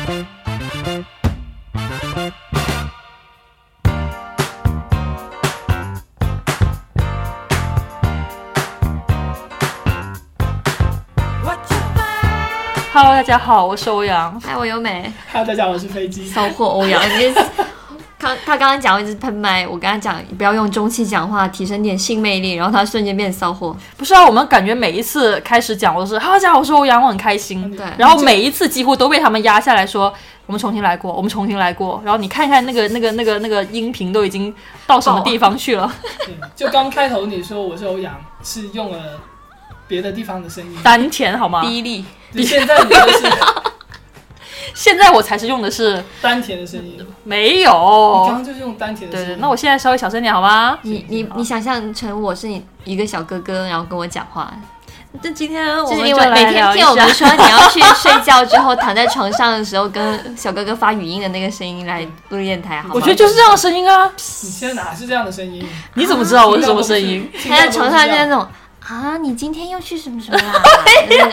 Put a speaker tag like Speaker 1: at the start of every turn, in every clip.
Speaker 1: Hello， 大家好，我是欧阳。
Speaker 2: 嗨，我优美。
Speaker 3: Hello， 大家好，我是飞机。
Speaker 2: 骚货欧阳，他刚刚讲我一直喷麦，我跟他讲不要用中气讲话，提升点性魅力，然后他瞬间变骚货。
Speaker 1: 不是啊，我们感觉每一次开始讲我都是Hello，大家好，我是欧阳，我很开心。
Speaker 2: 对，
Speaker 1: 然后每一次几乎都被他们压下来说我们重新来过，我们重新来过。然后你看一看那个音频都已经到什么地方去了。
Speaker 3: 对，就刚开头你说我是欧阳，是用了别的地方的声音，
Speaker 1: 丹田好吗？
Speaker 2: 逼力。
Speaker 3: 现在你就是
Speaker 1: 现在我才是用的是
Speaker 3: 丹田的声音，
Speaker 1: 没有。
Speaker 3: 你刚刚就是用丹田的声音。
Speaker 1: 对，那我现在稍微小声点好吗？
Speaker 2: 你想象成我是你一个小哥哥，然后跟我讲话。
Speaker 1: 这今天我
Speaker 2: 就是因为
Speaker 1: 们就来
Speaker 2: 每天听我们说你要去睡觉之后躺在床上的时候跟小哥哥发语音的那个声音来录电台，好吗？
Speaker 1: 我觉得就是这样的声音啊。
Speaker 3: 你现在哪是这样的声音？
Speaker 1: 你怎么知道我是什么声音？
Speaker 2: 他在床上就是那种啊，你今天又去什么什么啦？
Speaker 1: 没有。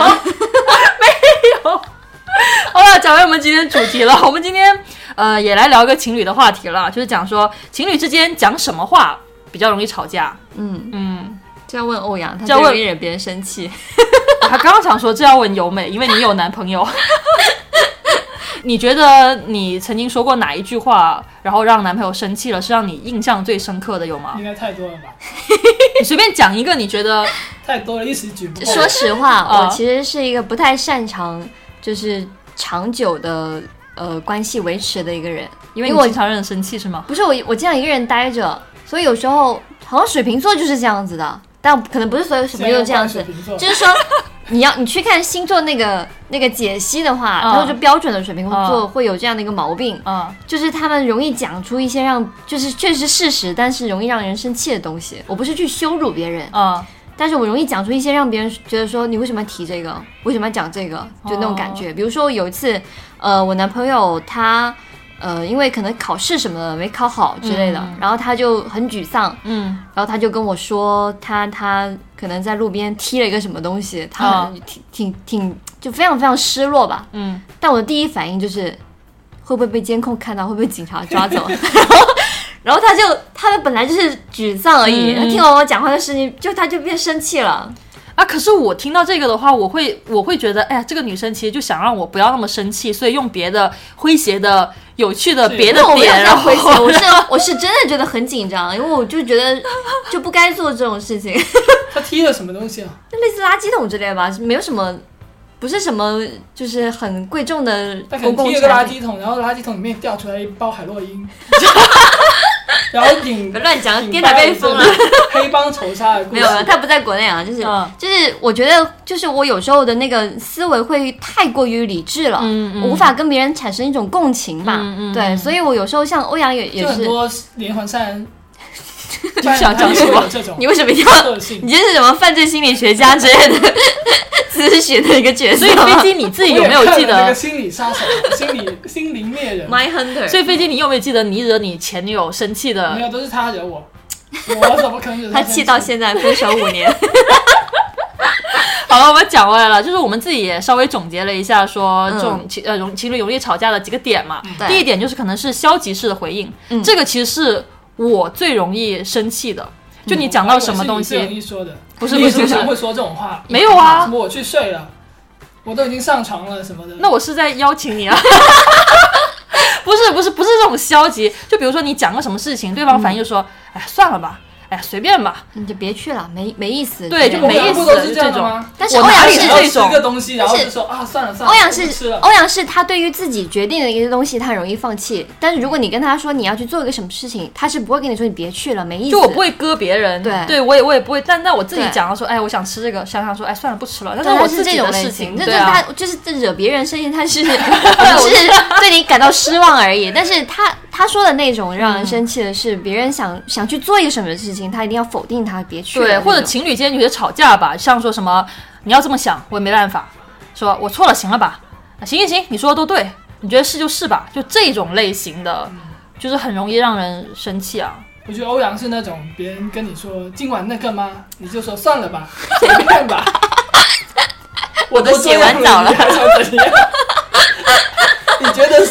Speaker 1: 好了，讲完我们今天主题了，我们今天也来聊一个情侣的话题了，就是讲说情侣之间讲什么话比较容易吵架。
Speaker 2: 就要问欧阳，他最容易惹别人生气。
Speaker 1: 他刚刚想说这要问由美，因为你有男朋友。你觉得你曾经说过哪一句话然后让男朋友生气了，是让你印象最深刻的有吗？
Speaker 3: 应该太多了吧。
Speaker 1: 你随便讲一个你觉得
Speaker 3: 太多了，一时举不过。
Speaker 2: 说实话，我其实是一个不太擅长就是长久的关系维持的一个人，
Speaker 1: 因为你经常让人生气是吗？
Speaker 2: 不是，我经常一个人待着，所以有时候好像水瓶座就是这样子的，但可能不是所有水瓶座这样子，就是说你去看星座那个解析的话，他说就标准的水瓶座会有这样的一个毛病，就是他们容易讲出一些就是确实是事实，但是容易让人生气的东西。我不是去羞辱别人，但是我容易讲出一些让别人觉得说你为什么要提这个，为什么要讲这个，就那种感觉。比如说有一次，我男朋友他因为可能考试什么的没考好之类的，然后他就很沮丧，然后他就跟我说他可能在路边踢了一个什么东西，他挺就非常非常失落吧，但我的第一反应就是会不会被监控看到，会不会警察抓走。然后他本来就是沮丧而已，他听完我讲话的事情，他就变生气了
Speaker 1: 啊。可是我听到这个的话，我会觉得，哎呀，这个女生其实就想让我不要那么生气，所以用别的诙谐的、有趣的别的点，然后
Speaker 2: 我是真的觉得很紧张，因为我就觉得就不该做这种事情。
Speaker 3: 他踢了什么东西啊？
Speaker 2: 类似垃圾桶之类的吧，没有什么。不是什么，就是很贵重的公共产品。他可能
Speaker 3: 踢了个垃圾桶，然后垃圾桶里面掉出来一包海洛因，然后
Speaker 2: 乱讲，电台被封了。
Speaker 3: 黑帮仇杀的故事。
Speaker 2: 没有，他不在国内啊，就是我觉得，就是我有时候的那个思维会太过于理智了，我无法跟别人产生一种共情吧，对，所以我有时候像欧阳也是，
Speaker 3: 就很多连环杀人。
Speaker 1: 你想讲什么？
Speaker 2: 你为什么一定要？你这是什么犯罪心理学家之类的咨询的一个角色？
Speaker 1: 所以飞机你自己有没有记得？
Speaker 3: 那个心理杀手，心灵猎人
Speaker 2: ，My Hunter。
Speaker 1: 所以飞机你有没有记得你惹你前女友生气的？
Speaker 3: 没有，都是他惹我。我怎么可能惹他生气？
Speaker 2: 他气到现在分手5年。
Speaker 1: 好了，我们讲回来了，就是我们自己也稍微总结了一下，说这种情侣容易吵架的几个点嘛。第一点就是可能是消极式的回应，这个其实是我最容易生气的。就你讲到什么东西，
Speaker 3: 不是会说这种话？
Speaker 1: 没有啊，
Speaker 3: 什么我去睡了，我都已经上床了什么的。
Speaker 1: 那我是在邀请你啊。不是这种消极，就比如说你讲个什么事情，对方反应就说，哎，算了吧。哎，随便吧，
Speaker 2: 你就别去了，没意思。
Speaker 1: 对，就没意思，
Speaker 3: 就这种。
Speaker 2: 但是欧阳是
Speaker 3: 这种，吃个东西，然后就说啊，算了。
Speaker 2: 欧阳是他对于自己决定的一些东西，他容易放弃。但是如果你跟他说你要去做一个什么事情，他是不会跟你说你别去了，没意思。
Speaker 1: 就我不会割别人，
Speaker 2: 对，
Speaker 1: 我也不会。但我自己讲说，哎，我想吃这个，想说，哎，算了，不吃了。但是我自己的事情，
Speaker 2: 对啊，他就是惹别人生气，他是对你感到失望而已。但是他说的那种让人生气的是，别人想去做一个什么事情，他一定要否定他，别去了。
Speaker 1: 对，或者情侣间有些吵架吧，像说什么你要这么想，我也没办法，说我错了，行了吧？行，你说的都对，你觉得是就是吧？就这种类型的，就是很容易让人生气啊。
Speaker 3: 我觉得欧阳是那种别人跟你说今晚那个吗？你就说算了吧，随便吧。
Speaker 2: 我都洗完澡了，
Speaker 3: 你觉得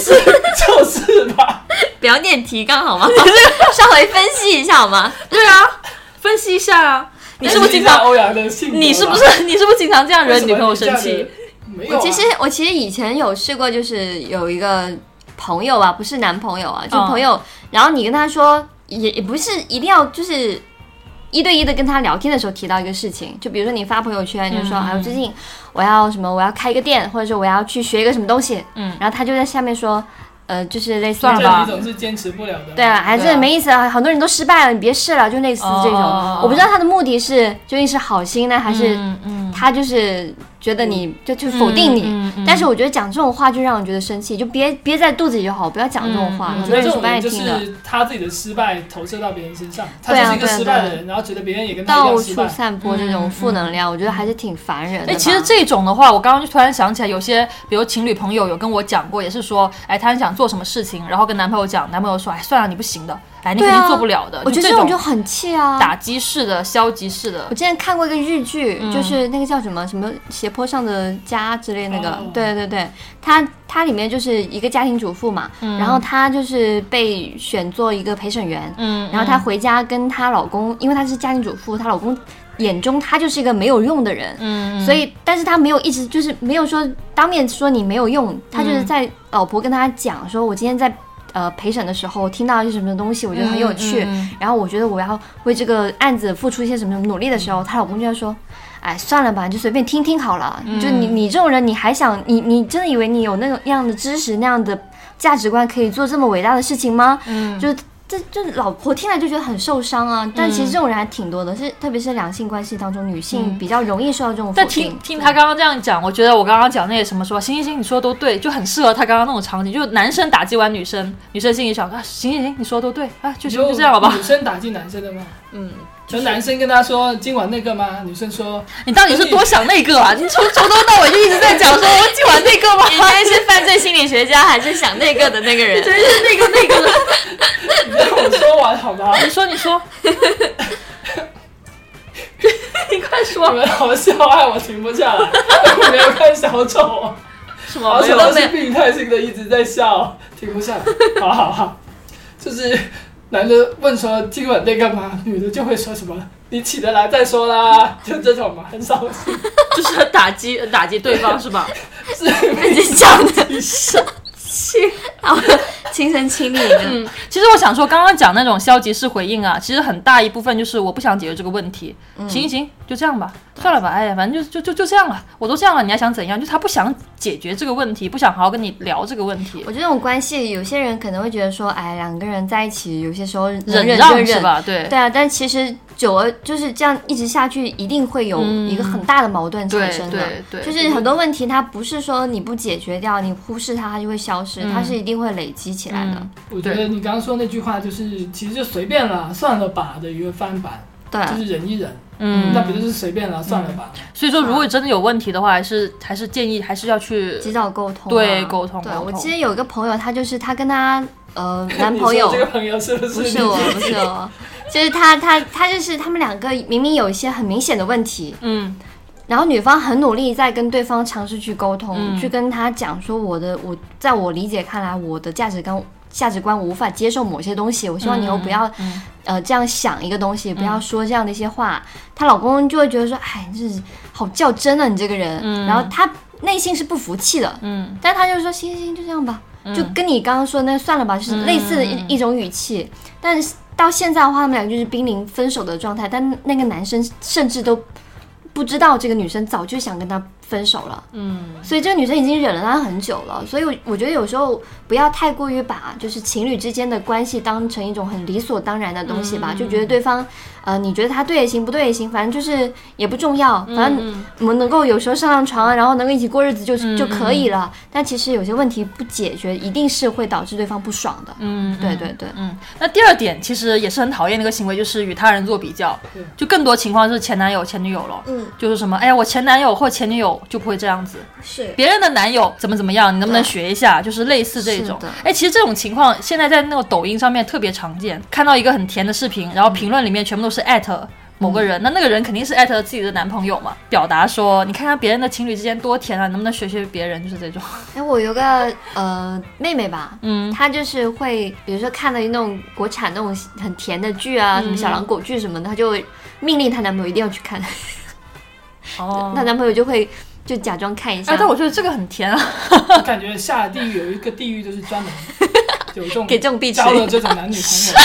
Speaker 3: 就是吧？
Speaker 2: 不要念提纲好吗？稍微分析一下好吗？
Speaker 1: 对啊，分析一下啊。你是不是经常
Speaker 3: 欧阳的性格？
Speaker 1: 你是不是经常这样惹女朋友生气？
Speaker 3: 没有、啊。
Speaker 2: 我其实以前有试过，就是有一个朋友啊，不是男朋友啊，就朋友，然后你跟他说，也不是一定要就是一对一的跟他聊天的时候提到一个事情，就比如说你发朋友圈，就说我最近我要什么，我要开一个店，或者说我要去学一个什么东西，然后他就在下面说。就是类似
Speaker 1: 算了吧，
Speaker 3: 你总是坚持不了的。
Speaker 2: 对啊，还是没意思啊，很多人都失败了，你别试了，就类似这种。我不知道他的目的是究竟是好心呢，还是他就是觉得你就否定你。但是我觉得讲这种话就让人觉得生气，就憋在肚子里就好，不要讲这种话。
Speaker 3: 我觉得这种人就是他自己的失败投射到别人身上，他就是一个失败的人，然后觉得别人也跟他一样失败，
Speaker 2: 到处散播这种负能量，我觉得还是挺烦人的。
Speaker 1: 其实这种的话，我刚刚就突然想起来，有些比如情侣朋友有跟我讲过，也是说，他很想做什么事情，然后跟男朋友讲，男朋友说，算了，你不行的，你肯定做不了的。
Speaker 2: 我觉得这种就很气啊，
Speaker 1: 打击式的、消极式的。
Speaker 2: 我之前看过一个日剧，就是那个叫什么斜坡上的家之类那个，对，它里面就是一个家庭主妇嘛，然后她就是被选做一个陪审员，然后她回家跟她老公，因为她是家庭主妇，她老公眼中她就是一个没有用的人，所以但是她没有一直就是没有说当面说你没有用，她就是在老婆跟她讲说，我今天在陪审的时候听到一些什么东西，我觉得很有趣，然后我觉得我要为这个案子付出一些什么努力的时候，她老公就在说，算了吧，你就随便听听好了，就你这种人，你还想你真的以为你有那样的知识那样的价值观可以做这么伟大的事情吗？就这老婆听来就觉得很受伤啊，但其实这种人还挺多的，特别是两性关系当中，女性比较容易受到这种否定。
Speaker 1: 但听他刚刚这样讲，我觉得我刚刚讲那些什么说行，你说的都对，就很适合他刚刚那种场景，就是男生打击完女生，女生心里想行，你说的都对啊，就这样了吧？
Speaker 3: 女生打击男生的吗？就男生跟他说今晚那个吗？女生说
Speaker 1: 你到底是多想那个啊？你从头到尾就一直在讲说今晚那个吗？
Speaker 2: 你现在是犯罪心理学家还是想那个的那个人？
Speaker 1: 真是那个的。
Speaker 3: 你让我说完好吗？
Speaker 1: 你说。你快说！
Speaker 3: 你们好笑爱我停不下来，我没有看小丑，
Speaker 1: 什么？
Speaker 3: 而且都是病态性的一直在笑，停不下来。好，就是男的问说今晚在干嘛，女的就会说什么你起得来再说啦，就这种嘛，很少见，
Speaker 1: 就是打击对方是吧？
Speaker 2: 是你讲的生气，亲身亲历的。
Speaker 1: 其实我想说，刚刚讲那种消极式回应啊，其实很大一部分就是我不想解决这个问题。行，就这样吧，算了吧，反正就这样了，我都这样了，你还想怎样？就他不想解决这个问题，不想好好跟你聊这个问题。
Speaker 2: 我觉得这种关系，有些人可能会觉得说，两个人在一起，有些时候
Speaker 1: 忍让是吧？对
Speaker 2: 啊，但其实久了就是这样一直下去，一定会有一个很大的矛盾产生的。
Speaker 1: 对，
Speaker 2: 就是很多问题，它不是说你不解决掉，你忽视它就会消失，它是一定会累积起来的。
Speaker 3: 我觉得你刚刚说那句话，就是其实就随便了，算了吧的一个翻版，
Speaker 2: 对，
Speaker 3: 就是忍一忍。那不就是随便了，算了吧。
Speaker 1: 所以说，如果真的有问题的话，还是建议还是要去
Speaker 2: 及早沟通。
Speaker 1: 对，沟通。
Speaker 2: 对，我记得有一个朋友，他跟他男朋友，
Speaker 3: 这个朋友是不是？
Speaker 2: 不是我，就是他就是他们两个明明有一些很明显的问题，然后女方很努力在跟对方尝试去沟通，去跟他讲说我在我理解看来，我的价值观无法接受某些东西，我希望你以后不要这样想一个东西，不要说这样的一些话。她老公就会觉得说，你是好较真啊，你这个人。然后他内心是不服气的，但他就说行，就这样吧，就跟你刚刚说的那算了吧，就是类似的一种语气。但是到现在的话，他们俩就是濒临分手的状态，但那个男生甚至都不知道这个女生早就想跟他分手了，所以这个女生已经忍了他很久了，所以我觉得有时候不要太过于把就是情侣之间的关系当成一种很理所当然的东西吧，就觉得对方你觉得他对也行不对也行，反正就是也不重要，反正我们能够有时候上床，然后能够一起过日子就可以了，但其实有些问题不解决一定是会导致对方不爽的。对。
Speaker 1: 那第二点其实也是很讨厌的一个行为，就是与他人做比较，就更多情况是前男友前女友了，就是什么我前男友或前女友就不会这样子，
Speaker 2: 是
Speaker 1: 别人的男友怎么样，你能不能学一下？就是类似这种。其实这种情况现在在那个抖音上面特别常见，看到一个很甜的视频，然后评论里面全部都是某个人，那个人肯定是艾特自己的男朋友嘛，表达说你看看别人的情侣之间多甜啊，能不能学学别人，就是这种。
Speaker 2: 我有个妹妹吧，她就是会比如说看了那种国产那种很甜的剧啊，什么小狼狗剧什么的，她就会命令她男朋友一定要去看。她男朋友就会就假装看一下。
Speaker 1: 但我觉得这个很甜啊。
Speaker 3: 我感觉下地狱有一个地狱就是专门有这种
Speaker 2: 给这种必吃
Speaker 3: 交了这种男女朋友。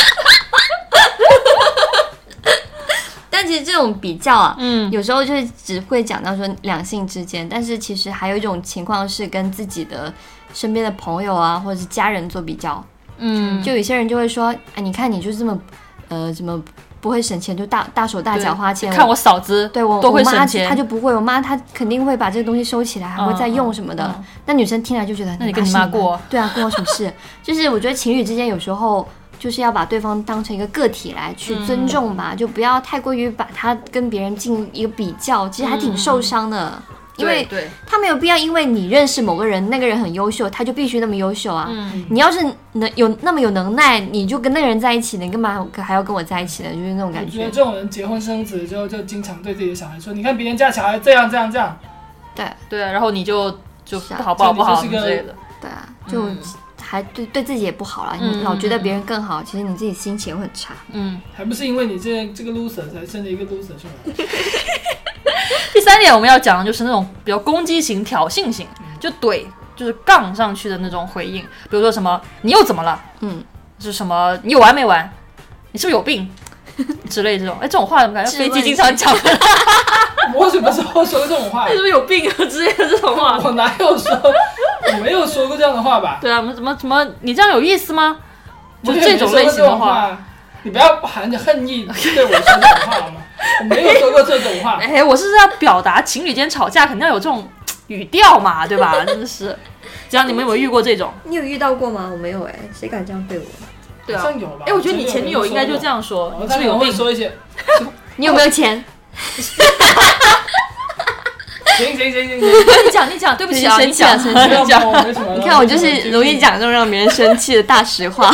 Speaker 2: 但其实这种比较啊，有时候就是只会讲到说两性之间，但是其实还有一种情况是跟自己的身边的朋友啊，或者是家人做比较。就有些人就会说，哎，你看你就这么，怎么不会省钱，就大手大脚花钱。
Speaker 1: 看我嫂子，
Speaker 2: 对我
Speaker 1: 都会省钱，
Speaker 2: 她就不会，我妈她肯定会把这个东西收起来，还会再用什么的。那女生听来就觉得，
Speaker 1: 那你跟你妈过？
Speaker 2: 对啊，跟我什么事？就是我觉得情侣之间有时候。就是要把对方当成一个个体来去尊重吧，就不要太过于把他跟别人进一个比较，其实还挺受伤的。因为他没有必要因为你认识某个人，那个人很优秀，他就必须那么优秀啊。你要是那么有能耐，你就跟那个人在一起，你干嘛还要跟我在一起呢？就是那种感觉。
Speaker 3: 我觉得这种人结婚生子之后，就经常对自己的小孩说：“你看别人家小孩这样这样这样。”
Speaker 2: 对，
Speaker 1: 然后你就不好之类的。
Speaker 2: 对啊，就。还对自己也不好了，你老觉得别人更好，其实你自己心情会很差。
Speaker 3: 还不是因为你这个 loser 才生了一个 loser 出来。
Speaker 1: 第三点我们要讲的就是那种比较攻击型、挑衅型，就怼，就是杠上去的那种回应。比如说什么你又怎么了？就是什么你有完没完？你是不是有病？之类这种。这种话怎么感觉飞机经常讲？
Speaker 3: 我什么时候说过这种话？
Speaker 1: 你是不是有病啊之类的这种话？
Speaker 3: 我哪有说？我没有说过这样的话吧？
Speaker 1: 对啊，什么？你这样有意思吗？就这种类型的话，
Speaker 3: 你不要含着恨意对我说这种话好吗？我没有说过这种话。
Speaker 1: 我是要表达情侣间吵架肯定要有这种语调嘛，对吧？真的是。这样你们有没有遇过这种？
Speaker 2: 你有遇到过吗？我没有谁敢这样对我？
Speaker 1: 对啊，
Speaker 3: 好像有吧？
Speaker 1: 我觉得你前女友应该就这样说。
Speaker 3: 你是不是有病？说一些。
Speaker 2: 你有没有钱？
Speaker 3: 行，
Speaker 1: 你讲，对不起啊，
Speaker 2: 生气了。你看我就是容易讲这种让别人生气的大实话。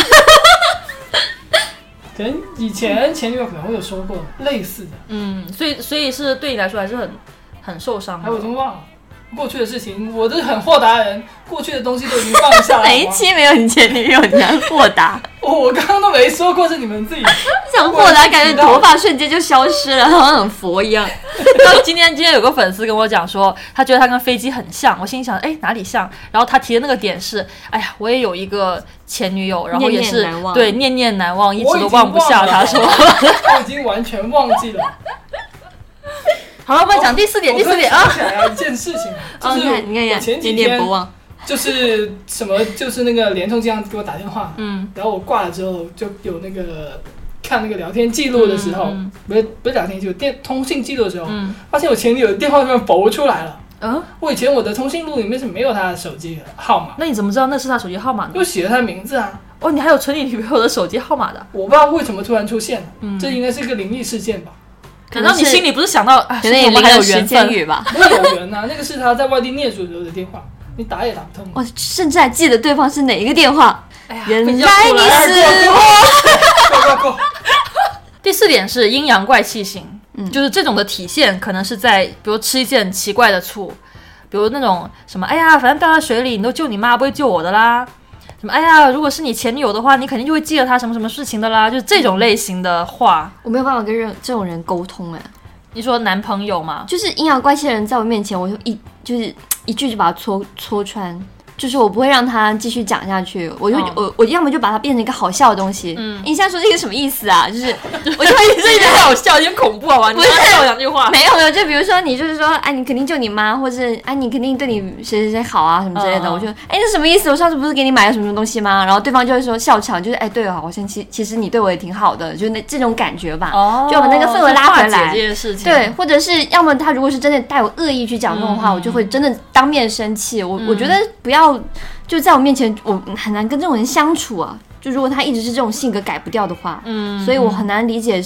Speaker 3: 可能以前前女友可能会有说过类似的，
Speaker 1: 所以是对你来说还是很受伤的。
Speaker 3: 我已经忘了过去的事情，我是很豁达的人，过去的东西都已经放下了。
Speaker 2: 哪一期没有你前女友？你还豁达？
Speaker 3: 我刚刚都没说过，是你们自己
Speaker 2: 想豁达，感觉头发瞬间就消失了，好像很佛一样。
Speaker 1: 然后今天有个粉丝跟我讲说，他觉得他跟飞机很像。我心想，哪里像？然后他提的那个点是，我也有一个前女友，然后也是念念难忘，一直都忘不下。他说，
Speaker 3: 我已经完全忘记了。
Speaker 1: 好了，我们讲第四点啊。
Speaker 3: 我想起来一件事情，就是
Speaker 2: 你看，
Speaker 3: 前几天就是什么，就是那个联通经常给我打电话，然后我挂了之后，就有那个看那个聊天记录的时候，不是聊天记录，通信记录的时候，发现我前女友的电话突然浮出来了。我以前我的通讯录里面是没有她的手机号码。
Speaker 1: 那你怎么知道那是她手机号码呢？
Speaker 3: 因为写了她的名字啊。
Speaker 1: 你还有存你女朋友的手机号码的？
Speaker 3: 我不知道为什么突然出现了，这应该是一个灵异事件吧。
Speaker 1: 可能你心里不是想到，
Speaker 2: 可能也
Speaker 1: 还有缘分
Speaker 2: 语吧？
Speaker 3: 不是有缘啊，那个是他在外地念书的时候的电话，你打也打不通。
Speaker 2: 我甚至还记得对方是哪一个电话。原来你
Speaker 3: 是
Speaker 2: 我。
Speaker 1: 第四点是阴阳怪气型，就是这种的体现可能是在比如吃一件奇怪的醋，比如那种什么反正掉在水里你都救你妈不会救我的啦，什么如果是你前女友的话你肯定就会记得她什么什么事情的啦，就是这种类型的话。
Speaker 2: 我没有办法跟这种人沟通。
Speaker 1: 你说男朋友吗？
Speaker 2: 就是阴阳怪气的人在我面前，我就一句就把他戳穿，就是我不会让他继续讲下去，我要么就把它变成一个好笑的东西。你现在说这个什么意思啊？就是我就会
Speaker 1: 这有点好笑，有点恐怖啊！你刚才讲句话，
Speaker 2: 没有，就比如说你就是说，你肯定救你妈，或者是你肯定对你谁好啊什么之类的。我就这什么意思？我上次不是给你买了什么东西吗？然后对方就会说笑场，就是对好像其实你对我也挺好的，就这种感觉吧。就把那个氛围拉回来。对，或者是要么他如果是真的带有恶意去讲这种话，我就会真的当面生气。我觉得不要。就在我面前，我很难跟这种人相处啊。就如果他一直是这种性格改不掉的话，所以我很难理解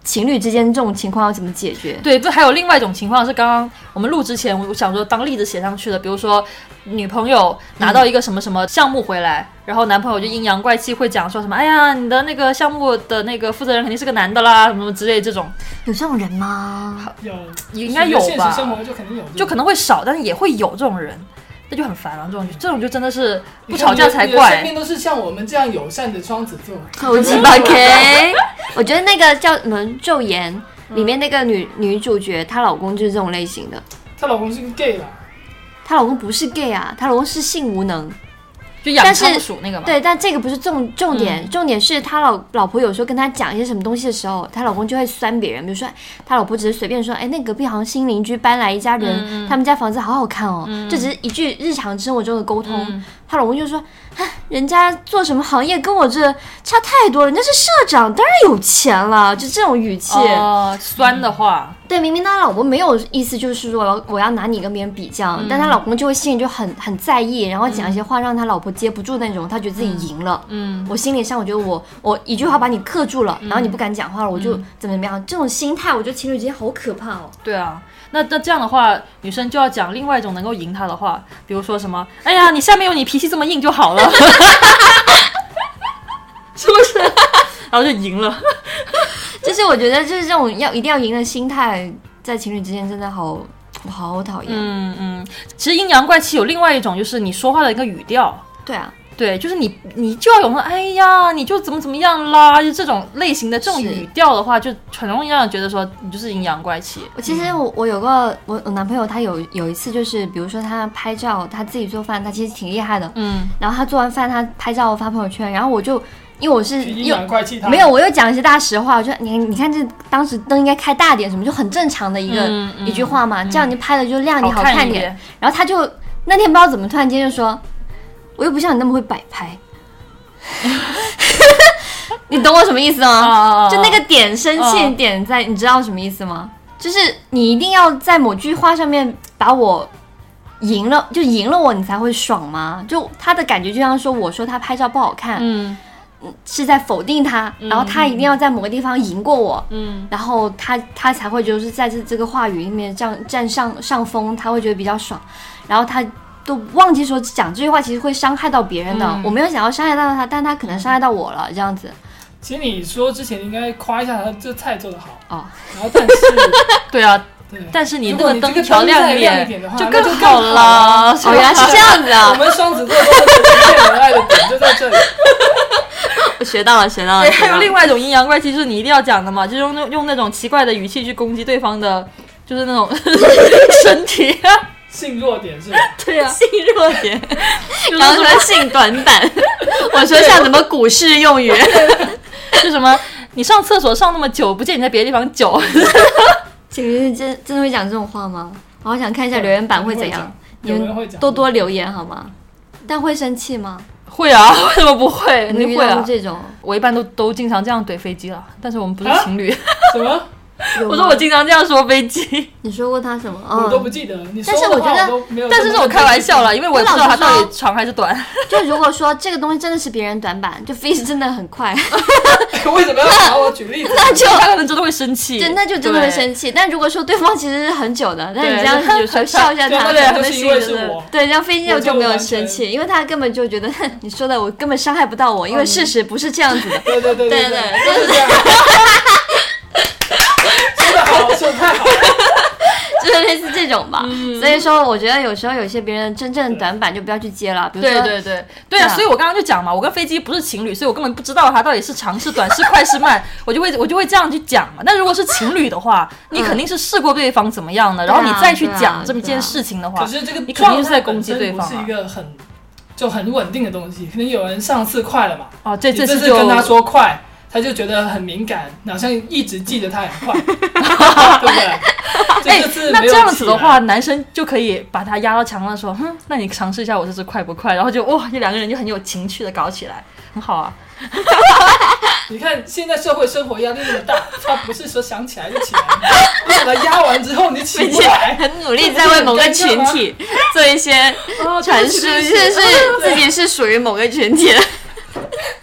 Speaker 2: 情侣之间这种情况要怎么解决？
Speaker 1: 对，这还有另外一种情况是刚刚我们录之前我想说当例子写上去的，比如说女朋友拿到一个什么什么项目回来，然后男朋友就阴阳怪气会讲说什么，哎呀，你的那个项目的那个负责人肯定是个男的啦，什么什么之类，这种
Speaker 2: 有这种人吗？
Speaker 3: 有，
Speaker 1: 应该有吧？
Speaker 3: 现实生活就肯定有，
Speaker 1: 就可能会少，但是也会有这种人。那就很烦了，这种就真的是不吵架才怪。
Speaker 3: 身边都是像我们这样友善的双子座。
Speaker 2: 口气吧 ，K。我觉得那个叫什么《昼颜》里面那个女主角，她老公就是这种类型的。
Speaker 3: 她老公是个 gay 啦。
Speaker 2: 她老公不是 gay 啊，她老公是性无能。
Speaker 1: 就养仓鼠那个嘛。
Speaker 2: 对，但这个不是重点，重点是他老婆有时候跟他讲一些什么东西的时候，他老公就会酸别人，比如说他老婆只是随便说，哎，那隔壁好像新邻居搬来一家人，他们家房子好好看哦，这只是一句日常生活中的沟通。他老公就说，人家做什么行业跟我这差太多了，人家是社长，当然有钱了，就这种语气，
Speaker 1: 酸的话。
Speaker 2: 对，明明他老婆没有意思，就是说我要拿你跟别人比较，但他老公就会心里就很在意，然后讲一些话让他老婆接不住那种，他觉得自己赢了。我心理上我觉得我一句话把你克住了，然后你不敢讲话了，我就怎么样，这种心态我觉得情侣之间好可怕哦。
Speaker 1: 对啊。那这样的话，女生就要讲另外一种能够赢他的话，比如说什么，哎呀，你下面有你脾气这么硬就好了，是不是？然后就赢了。
Speaker 2: 就是我觉得就是这种一定要赢的心态，在情侣之间真的好讨厌。
Speaker 1: 其实阴阳怪气有另外一种，就是你说话的一个语调。
Speaker 2: 对啊。
Speaker 1: 对，就是你就要有那哎呀，你就怎么样啦，就这种类型的这种语调的话，就很容易让人觉得说你就是阴阳怪气。
Speaker 2: 其实我有个我男朋友，他有一次就是，比如说他拍照，他自己做饭，他其实挺厉害的。然后他做完饭，他拍照发朋友圈，然后我就因为我是
Speaker 3: 阴阳怪气他，
Speaker 2: 没有，我又讲一些大实话，我说你看这当时灯应该开大点，什么就很正常的一句话嘛，这样你拍的就亮点好看点。然后他就那天不知道怎么突然间就说。我又不像你那么会摆拍，你懂我什么意思吗？就那个点生气点在，你知道什么意思吗？就是你一定要在某句话上面把我赢了，就赢了我，你才会爽吗？就他的感觉就像说，我说他拍照不好看，是在否定他，然后他一定要在某个地方赢过我，然后他才会就是在这个话语里面占上风，他会觉得比较爽，然后他。都忘记说讲这句话其实会伤害到别人的，我没有想要伤害到他，但他可能伤害到我了，这样子。
Speaker 3: 其实你说之前应该夸一下他这菜做得好
Speaker 2: 哦，
Speaker 3: 然后但是
Speaker 1: 对啊，但是你那个灯调亮一点就更好
Speaker 2: 了。原来是这样子啊！
Speaker 3: 我们双子座都是骗人爱的点就在这里。
Speaker 2: 我学到了。
Speaker 1: 还有另外一种阴阳怪气，就是你一定要讲的嘛，就是用那种奇怪的语气去攻击对方的，就是那种身体啊。
Speaker 3: 性弱点是吧？
Speaker 1: 对啊，
Speaker 2: 性弱点。然后说性短板，我说像什么股市用语，
Speaker 1: 是什么？你上厕所上那么久，不见你在别的地方久。
Speaker 2: 情侣真的会讲这种话吗？我好想看一下留言板会怎样，
Speaker 3: 你们
Speaker 2: 多留言好吗？但会生气吗？
Speaker 1: 会啊，为什么不会？
Speaker 2: 肯定会啊。这种
Speaker 1: 我一般都经常这样怼飞机了，但是我们不是情侣。
Speaker 3: 什么？
Speaker 1: 我说我经常这样说飞机。
Speaker 2: 你说过他什么？
Speaker 3: 我都不记得。
Speaker 2: 但是我觉得，
Speaker 1: 但是我开玩笑了，因为我也不知道他到底长还是短。
Speaker 2: 就如果说这个东西真的是别人短板，就飞机真的很快。
Speaker 3: 为什么要拿我举例子？
Speaker 2: 那就
Speaker 1: 他可能真的会生气。
Speaker 2: 那就真的会生气。但如果说对方其实是很久的，但你这样笑一下他，对，这样飞机就没有生气，因为他根本就觉得你说的我根本伤害不到我，因为事实不是这样子的。
Speaker 3: 对，
Speaker 2: 就是
Speaker 3: 这样。说得太好了，
Speaker 2: 就是类似这种吧。所以说，我觉得有时候有些别人真正的短板就不要去接了。比如说，
Speaker 1: 对啊。所以我刚刚就讲嘛，我跟飞机不是情侣，所以我根本不知道他到底是长是短是快是慢，我就会这样去讲嘛。那如果是情侣的话，你肯定是试过对方怎么样的，然后你再去讲这么一件事情的话，
Speaker 3: 可是这个
Speaker 1: 你肯定是在攻击对方。
Speaker 3: 是一个很稳定的东西，可能有人上次快了嘛，
Speaker 1: 这次
Speaker 3: 就跟他说快。他就觉得很敏感，好像一直记得他很快，对不对？
Speaker 1: 那这样子的话，男生就可以把他压到墙上说，那你尝试一下我这次快不快？然后就这两个人就很有情趣的搞起来，很好啊。
Speaker 3: 你看现在社会生活压力那么大，他不是说想起来就起来，你把他压完之后你起不来，
Speaker 2: 很努力在为某个群体做一些阐述，是自己是属于某个群体的。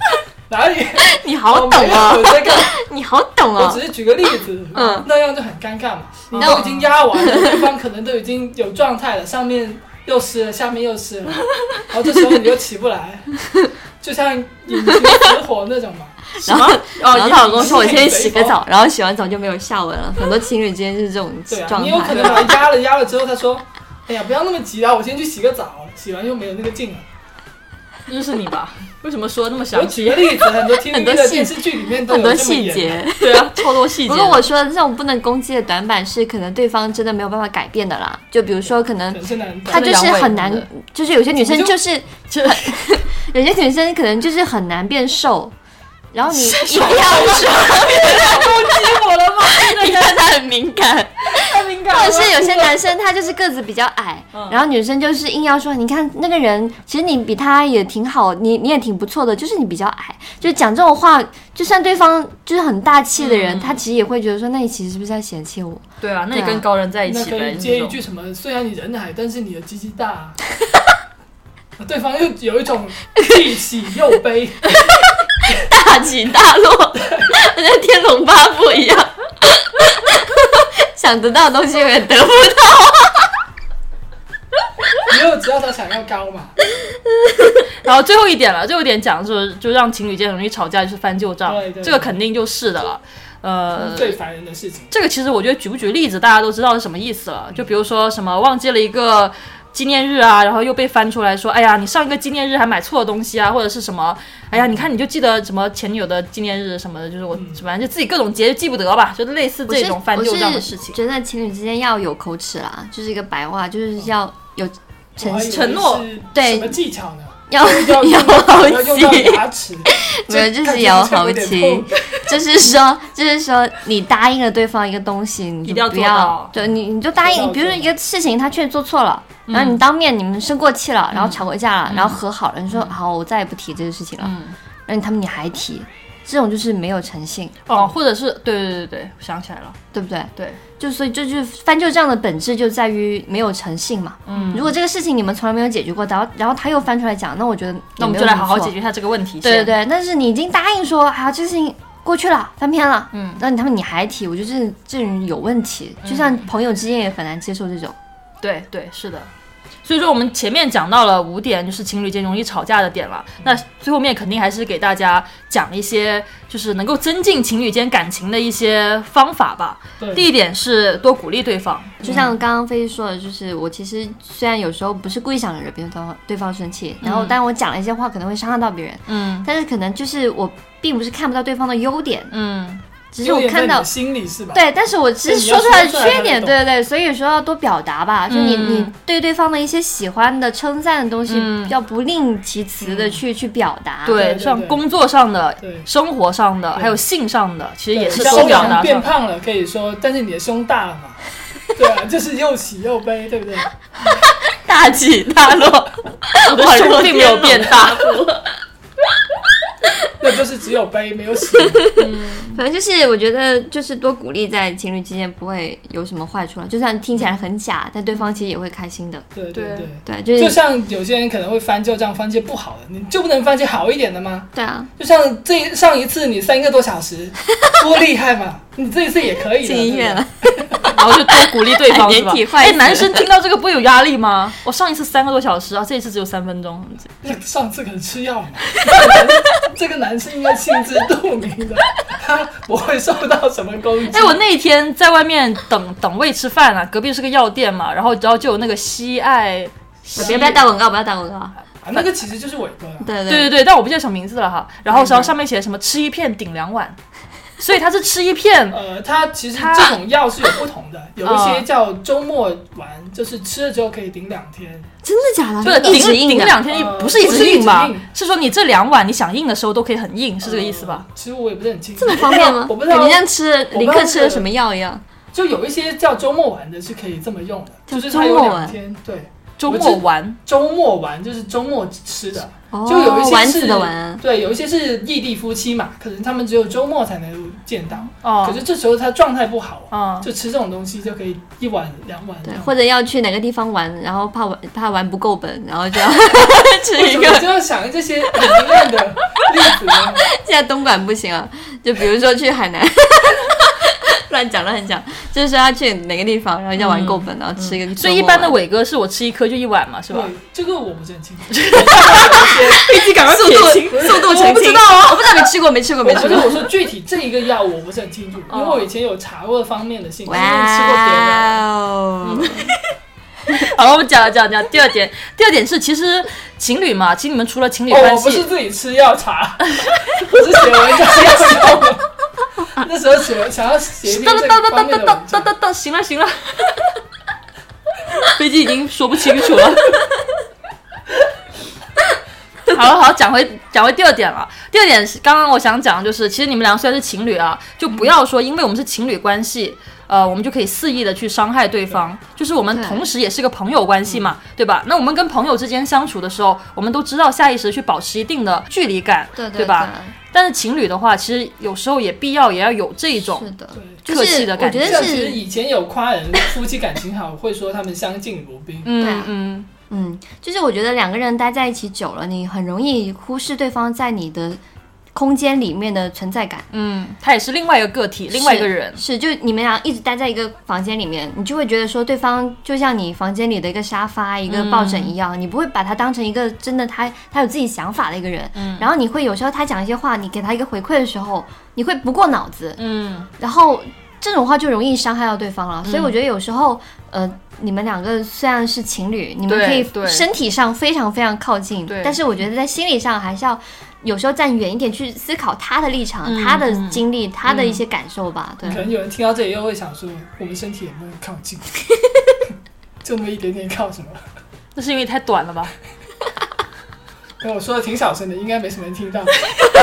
Speaker 3: 哪里？
Speaker 2: 你好懂啊！
Speaker 3: 这个
Speaker 2: 你好懂啊！
Speaker 3: 我只是举个例子，那样就很尴尬嘛。你都已经压完了，对方可能都已经有状态了，上面又湿了，下面又湿了，然后这时候你又起不来，就像引擎失火那种嘛。
Speaker 2: 然后她老公说我先洗个澡，然后洗完澡就没有下文了。很多情侣之间就是这种状态。
Speaker 3: 你有可能把它压了之后，他说：“哎呀，不要那么急啊，我先去洗个澡，洗完又没有那个劲了。”
Speaker 1: 这就是你吧？为什么说那么详细？
Speaker 3: 我举个例子，很多听力的电视剧里面都有
Speaker 2: 很多细节，
Speaker 1: 对啊，超多细节。
Speaker 2: 不过我说的这种不能攻击的短板是，可能对方真的没有办法改变的啦。就比如说，可能他就是很难，就是有些女生就是有些女生可能就是很难变瘦。然后你一定要说
Speaker 1: 攻击我了吗？
Speaker 2: 你看他很敏感，
Speaker 1: 太敏感了。
Speaker 2: 或者是有些男生他就是个子比较矮，然后女生就是硬要说，你看那个人，其实你比他也挺好，你也挺不错的，就是你比较矮，就讲这种话，就算对方就是很大气的人，他其实也会觉得说，那你其实是不是在嫌弃我？
Speaker 1: 对啊，那你跟高人在一起呗。
Speaker 3: 那可以接一句什么？虽然你人矮，但是你的鸡鸡大。对方又有一种既喜又悲。
Speaker 2: 大起大落，跟天龙八部一样，想得到的东西永远得不到。
Speaker 3: 你又知道他想要高嘛？
Speaker 1: 然后最后一点了，最后一点讲说，就让情侣间容易吵架就是翻旧账，
Speaker 3: 对，
Speaker 1: 这个肯定就是的了。
Speaker 3: 最烦人的事情。
Speaker 1: 这个其实我觉得举不举例子，大家都知道是什么意思了。就比如说什么忘记了一个纪念日啊，然后又被翻出来说，哎呀，你上一个纪念日还买错东西啊，或者是什么，哎呀，你看你就记得什么前女友的纪念日什么的，就是我反正就自己各种节日记不得吧，就类似这种翻旧账的事情。
Speaker 2: 我觉得情侣之间要有口齿啦，就是一个白话，就是要有
Speaker 1: 承诺，
Speaker 3: 对，什么技巧呢？
Speaker 2: 要好
Speaker 3: 气，
Speaker 2: 没有，就是要好气，就是说你答应了对方一个东西，你就不要，对，你就答应，比如说一个事情他确实做错了，然后你当面你们生过气了，然后吵过架了，然后和好了，你说好，我再也不提这个事情了，然后你还提，这种就是没有诚信
Speaker 1: 哦，或者是对，我想起来了，
Speaker 2: 对不对？
Speaker 1: 对。
Speaker 2: 所以这就是翻旧账的本质就在于没有诚信嘛。如果这个事情你们从来没有解决过，然后他又翻出来讲，那我觉得
Speaker 1: 那我们就来好好解决一下这个问题。
Speaker 2: 对，但是你已经答应说，啊，这个事情过去了，翻篇了，那你还提，我觉得这人有问题。就像朋友之间也很难接受这种。
Speaker 1: 对，是的。所以说我们前面讲到了5点，就是情侣间容易吵架的点了。那最后面肯定还是给大家讲一些就是能够增进情侣间感情的一些方法吧。第一点是多鼓励对方，
Speaker 2: 就像刚刚飞说的，就是我其实虽然有时候不是故意想惹对方生气，然后但我讲了一些话可能会伤害到别人，但是可能就是我并不是看不到对方的优点，只是我看到
Speaker 3: 心里是吧？
Speaker 2: 对，但是我只是说出来的缺点，对，所以有时候要多表达吧，就你对对方的一些喜欢的、称赞的东西，要不吝其词的去表达。
Speaker 1: 对，像工作上的、生活上的，还有性上的，其实也是多表达。
Speaker 3: 变胖了可以说，但是你的胸大了嘛？对啊，就是又喜又悲，对不对？
Speaker 2: 大起大落，
Speaker 1: 我的胸并没有变大。
Speaker 3: 那就是只有悲没有喜。
Speaker 2: 反正就是我觉得就是多鼓励，在情侣之间不会有什么坏处了，就算听起来很假，但对方其实也会开心的。
Speaker 3: 对，
Speaker 2: 就
Speaker 3: 像有些人可能会翻旧账，翻些不好的，你就不能翻些好一点的吗？
Speaker 2: 对啊，
Speaker 3: 就像上一次你3个多小时多厉害嘛，你这一次也可以的。
Speaker 2: 进医院了。
Speaker 1: 然后就多鼓励对方是吧？
Speaker 2: 哎，
Speaker 1: 男生听到这个不会有压力吗？我上一次3个多小时啊，这一次只有3分钟。
Speaker 3: 上次可能吃药嘛。这个男生应该心知肚明的，他不会受到什么攻击。
Speaker 1: 我那一天在外面等位吃饭啊，隔壁是个药店嘛，然后就有那个西爱，
Speaker 2: 不要打广告，不要打广告。
Speaker 3: 那个其实就是伟哥。
Speaker 2: 对，
Speaker 1: 但我不记得什么名字了哈。然后上面写什么吃1片顶2碗。所以它是吃1片，
Speaker 3: 它其实这种药是有不同的，有一些叫周末丸，就是吃了之后可以顶2天。
Speaker 2: 真的假的？
Speaker 1: 不是顶2天，不是一直硬吧？是说你这2碗你想硬的时候都可以很硬，是这个意思吧？
Speaker 3: 其实我也不是很清楚。
Speaker 2: 这么方便吗？
Speaker 3: 我不知道，
Speaker 2: 你像林克吃了什么药一样。
Speaker 3: 就有一些叫周末丸的是可以这么用的，就是它有2天，对。
Speaker 1: 周末丸
Speaker 3: 就是周末吃的，就有一些是
Speaker 2: 丸子的丸，
Speaker 3: 对，有一些是异地夫妻嘛，可能他们只有周末才能见到，可是这时候他状态不好，就吃这种东西就可以1碗2碗，
Speaker 2: 对，或者要去哪个地方玩，然后怕玩不够本，然后就要吃一个，
Speaker 3: 就要想这些很阴暗的
Speaker 2: 现在东莞不行啊，就比如说去海南。乱讲，就是说他去哪个地方，然后要玩够本，然后吃一个。
Speaker 1: 所以一般的伟哥是我吃一颗就一碗嘛，是吧？
Speaker 3: 这个我不是很清楚。
Speaker 1: 飞机赶快速度澄清，
Speaker 2: 我不知道啊，我不知道没吃过。
Speaker 3: 我说具体这一个药我不是很清楚，因为我以前有查过方面的信息，因为吃过别
Speaker 1: 的。好，我们讲第二点。第二点是，其实情侣嘛，其实你们除了情侣关系，
Speaker 3: 我不是自己吃药查，我是写文章要用。那时候想要写一篇这方面的文章。
Speaker 1: 行了，飞机已经说不清楚了。好，讲回第二点了。第二点是刚刚我想讲，就是其实你们俩虽然是情侣啊，就不要说因为我们是情侣关系。我们就可以肆意的去伤害对方，就是我们同时也是个朋友关系嘛，对吧？那我们跟朋友之间相处的时候，我们都知道下意识的去保持一定的距离感，对吧？但是情侣的话，其实有时候也要有这种客气的感觉。
Speaker 2: 我觉得
Speaker 3: 其实以前有夸人夫妻感情好，会说他们相敬如宾。
Speaker 2: 就是我觉得两个人待在一起久了，你很容易忽视对方在你的空间里面的存在感。
Speaker 1: 他也是另外一个个体，另外一个人。
Speaker 2: 是，就你们俩一直待在一个房间里面，你就会觉得说对方就像你房间里的一个沙发、一个抱枕一样，你不会把他当成一个真的他有自己想法的一个人。然后你会有时候他讲一些话，你给他一个回馈的时候，你会不过脑子。然后这种话就容易伤害到对方了。所以我觉得有时候你们两个虽然是情侣，你们可以身体上非常非常靠近，但是我觉得在心理上还是要有时候站远一点，去思考他的立场、他的经历、他的一些感受吧。对，
Speaker 3: 可能有人听到这里又会想说，我们身体有没有靠近？就那么一点点靠什么？
Speaker 1: 那是因为太短了吧？
Speaker 3: 我说的挺小声的，应该没什么人听到。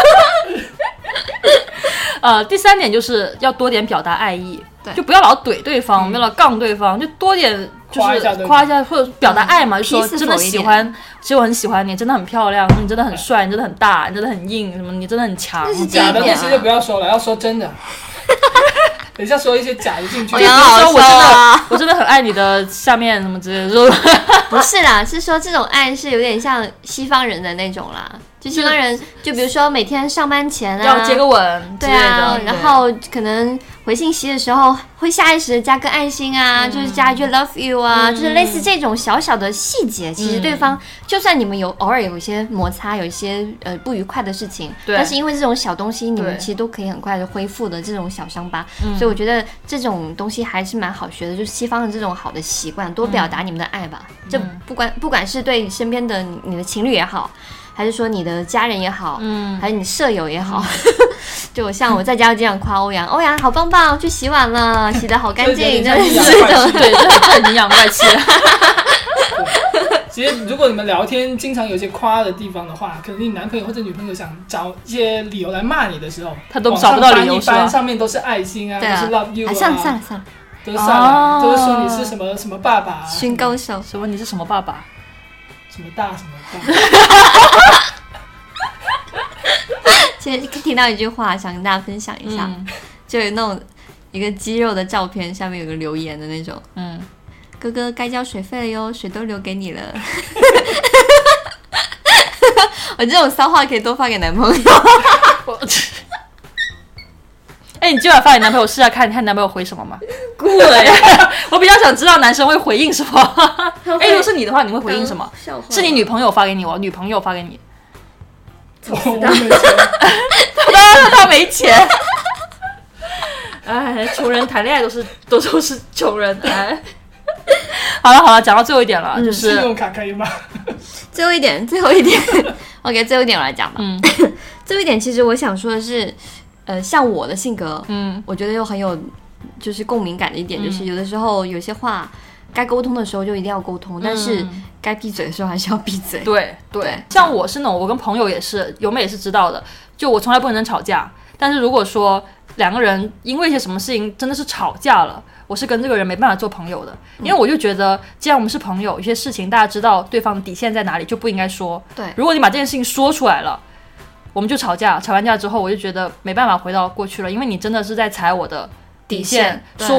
Speaker 1: 第三点就是要多点表达爱意，就不要老怼对方，不要老杠对方，就多点就是夸一下或者表达爱嘛，就说真的喜欢，其实我很喜欢你，真的很漂亮，你真的很帅，你真的很大，你真的很硬，什么你真的很强。
Speaker 3: 假的那些就不要说了，要说真的。等一下说一些假的进去，
Speaker 2: 比如说
Speaker 1: 我真的很爱你的下面什么之类的。
Speaker 2: 不是啦，是说这种爱是有点像西方人的那种啦。就西方人，就比如说每天上班前
Speaker 1: 要接个吻之类的，
Speaker 2: 然后可能回信息的时候会下意识的加个爱心啊，就是加一句 love you 啊，就是类似这种小小的细节，其实对方就算你们偶尔有一些摩擦，有一些不愉快的事情，但是因为这种小东西，你们其实都可以很快的恢复的这种小伤疤，所以我觉得这种东西还是蛮好学的，就是西方的这种好的习惯，多表达你们的爱吧。这不管是对身边的你的情侣也好，还是说你的家人也好，还是你舍友也好，就像我在家这样夸欧阳好棒棒，去洗碗了，洗得好干净，真的是的，
Speaker 1: 对，这很阴阳怪气。
Speaker 3: 其实如果你们聊天经常有一些夸的地方的话，可能你男朋友或者女朋友想找一些理由来骂你的时候，
Speaker 1: 他都找不到理由，
Speaker 3: 一般上面都是爱心啊，都是 love you 啊，
Speaker 2: 算了，
Speaker 3: 都是算了，都是说你是什么什么爸爸，
Speaker 2: 寻高手，
Speaker 1: 什么你是什么爸爸，
Speaker 3: 什么大什么大。
Speaker 2: 其实听到一句话，想跟大家分享一下，就有那种一个肌肉的照片，下面有个留言的那种，哥哥该交水费了哟，水都留给你了。我这种骚话可以多发给男朋友。
Speaker 1: 你今晚发给男朋友试下看，你看男朋友回什么吗？酷了呀！我比较想知道男生会回应什么。如果是你的话，你会回应什么？是你女朋友发给你，我女朋友发给你。他没钱。哎，穷人谈恋爱都是穷人。哎，好了，讲到最后一点了，就是
Speaker 3: 信用卡可以吗？
Speaker 2: 最后一点 ，OK， 最后一点我来讲吧。最后一点，其实我想说的是，像我的性格，我觉得又很有就是共鸣感的一点，就是有的时候有些话该沟通的时候就一定要沟通，但是该闭嘴的时候还是要闭嘴。
Speaker 1: 对，像我是那种，我跟朋友也是，由美也是知道的，就我从来不跟人吵架，但是如果说两个人因为一些什么事情真的是吵架了，我是跟这个人没办法做朋友的，因为我就觉得既然我们是朋友，有些事情大家知道对方的底线在哪里，就不应该说。
Speaker 2: 对，
Speaker 1: 如果你把这件事情说出来了，我们就吵架，吵完架之后我就觉得没办法回到过去了，因为你真的是在踩我的底线，说我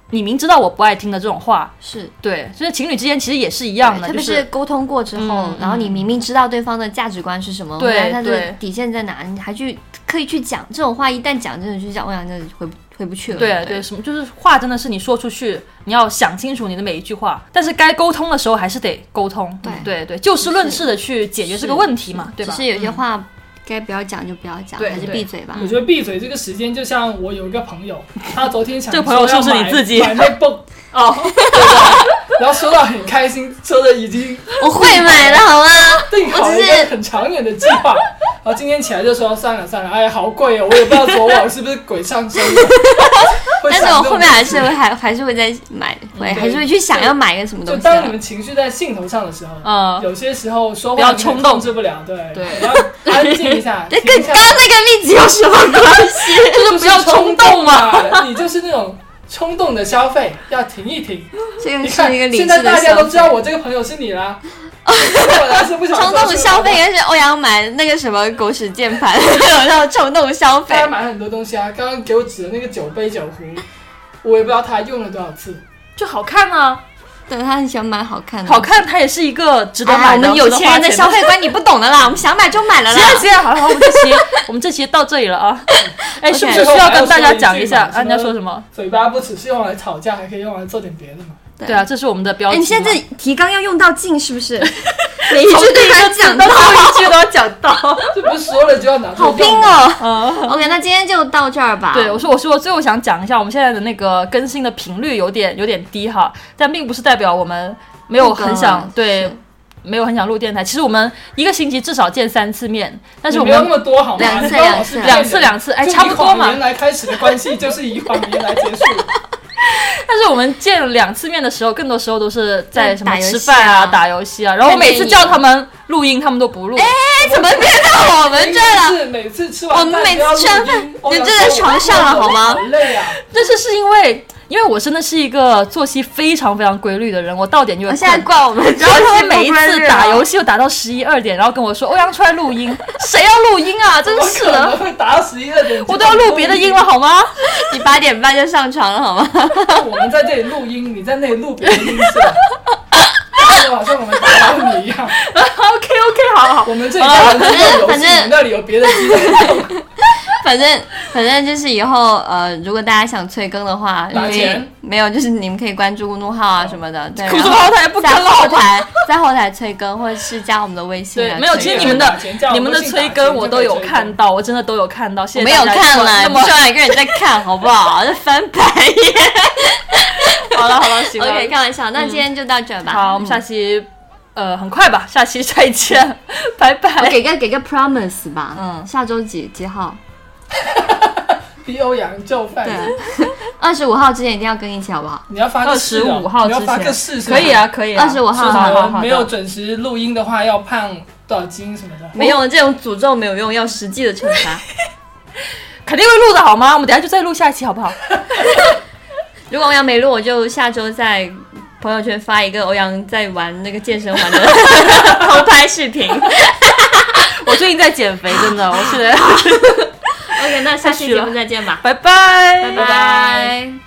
Speaker 1: 你明知道我不爱听的这种话，
Speaker 2: 是
Speaker 1: 对，就是情侣之间其实也是一样的，
Speaker 2: 特别是沟通过之后，然后你明明知道对方的价值观是什么，
Speaker 1: 对，
Speaker 2: 他的底线在哪，你还去刻意去讲这种话，一旦讲真的去讲，我想真的回不去了。
Speaker 1: 对，什么就是话真的是你说出去，你要想清楚你的每一句话，但是该沟通的时候还是得沟通，对，就事论事的去解决这个问题嘛，对吧？
Speaker 2: 只是有些话该不要讲就不要讲，还是闭嘴吧。
Speaker 3: 我觉得闭嘴这个时间，就像我有一个朋友，他昨天想
Speaker 1: 这个朋友是不是你自己
Speaker 3: 买 MacBook 哦，然后说到很开心，说的已经
Speaker 2: 我会买的好吗？
Speaker 3: 定好了一个很长远的计划，然后今天起来就说算了，哎，好贵哦，我也不知道昨晚是不是鬼上身了。
Speaker 2: 但是我后面还是会再买，还是会去想要买个什么东西。
Speaker 3: 就当你们情绪在兴头上的时候，有些时候说话
Speaker 1: 不要冲动，
Speaker 3: 控制不了，对，要安静一下。
Speaker 2: 跟刚刚那个例子有什么关系？
Speaker 1: 就是不要冲动嘛，
Speaker 3: 你就是那种冲动的消费，要停一停。
Speaker 2: 这个是一个理智的消费。
Speaker 3: 现在大家都知道我这个朋友是你啦。
Speaker 2: 冲动的消费应该是欧阳买那个什么狗屎键盘，有那种冲动消费。
Speaker 3: 他买很多东西啊，刚刚给我指的那个酒杯酒壶，我也不知道他用了多少次，
Speaker 1: 就好看啊。
Speaker 2: 对，他很喜欢买好看的，
Speaker 1: 好看，它也是一个值得买的。
Speaker 2: 我们有钱人的消费观你不懂的啦，我们想买就买了啦。
Speaker 1: 行，好，我们这期到这里了啊。哎，是不是需要跟大家讲一下？你要说什么？
Speaker 3: 嘴巴不只是用来吵架，还可以用来做点别的嘛。
Speaker 1: 对啊，这是我们的标题。
Speaker 2: 你现在提纲要用到尽是不是？每一句都要讲到，
Speaker 1: 每一句都要讲到。
Speaker 3: 这不是说了就要拿出来？
Speaker 2: 好拼哦。OK， 那今天就到这儿吧。
Speaker 1: 对，我最后想讲一下，我们现在的那个更新的频率有点低哈，但并不是代表我们没有很想没有很想录电台。其实我们一个星期至少见3次面，但是我们
Speaker 3: 没有那么多好吗？
Speaker 1: 两次，哎，差不多嘛。
Speaker 3: 原来开始的关系就是以谎言来结束。
Speaker 1: 但是我们见2次面的时候，更多时候都是在什么吃饭啊、打游戏啊。然后我每次叫他们录音，他们都不录。
Speaker 2: 哎，怎么变到我们这了？
Speaker 3: 每次吃完饭，
Speaker 2: 我们每次吃完饭你就在床上了好吗？
Speaker 3: 好累啊！
Speaker 1: 但是因为我真的是一个作息非常非常规律的人，我到点就会困。
Speaker 2: 现在怪我们，
Speaker 1: 然后他们每一次打游戏又打到11、2点，然后跟我说欧阳出来录音，谁要录音啊？真是的，
Speaker 3: 我会打到11、2点，
Speaker 1: 我都要录别的音了好吗？
Speaker 2: 你8点半就上床了好吗？
Speaker 3: 我们在这里录音，你在那里录别的音是吧？好像我们打扰你一样。
Speaker 1: OK， 好，
Speaker 3: 我们这里在玩这个游戏，你那里有别的机子。
Speaker 2: 反正就是以后如果大家想催更的话，没有，就是你们可以关注公众号啊什么的，对，
Speaker 1: 公众号台不更了，
Speaker 2: 在后台催更，或者是加我们的微信。
Speaker 1: 对，没有，其实你们的催更我都有看到，我真的都有看到。谢谢大家。
Speaker 2: 没有看了，不需要一个人在看，好不好？在翻白眼。
Speaker 1: 好了，行了。
Speaker 2: OK， 开玩笑，那今天就到这吧。
Speaker 1: 好，我们下期很快吧，下期再见，拜拜。
Speaker 2: 我给个 promise 吧，下周几号？
Speaker 3: 逼欧阳就范。
Speaker 2: 对，25号之前一定要跟一起，好不好？
Speaker 3: 你要发个
Speaker 1: 25号之前，
Speaker 3: 你要发个誓，
Speaker 1: 可以啊
Speaker 2: ，25号
Speaker 1: 好，
Speaker 3: 没有准时录音的话要胖多少斤什么的。
Speaker 2: 没用，这种诅咒没有用，要实际的惩罚。
Speaker 1: 肯定会录的好吗？我们等一下就再录下一期好不好？
Speaker 2: 如果欧阳没录，我就下周在朋友圈发一个欧阳在玩那个健身环的偷拍视频。
Speaker 1: 我最近在减肥，真的，我是。
Speaker 2: OK， 那下期节目再见吧，
Speaker 1: 拜拜，
Speaker 2: 拜拜。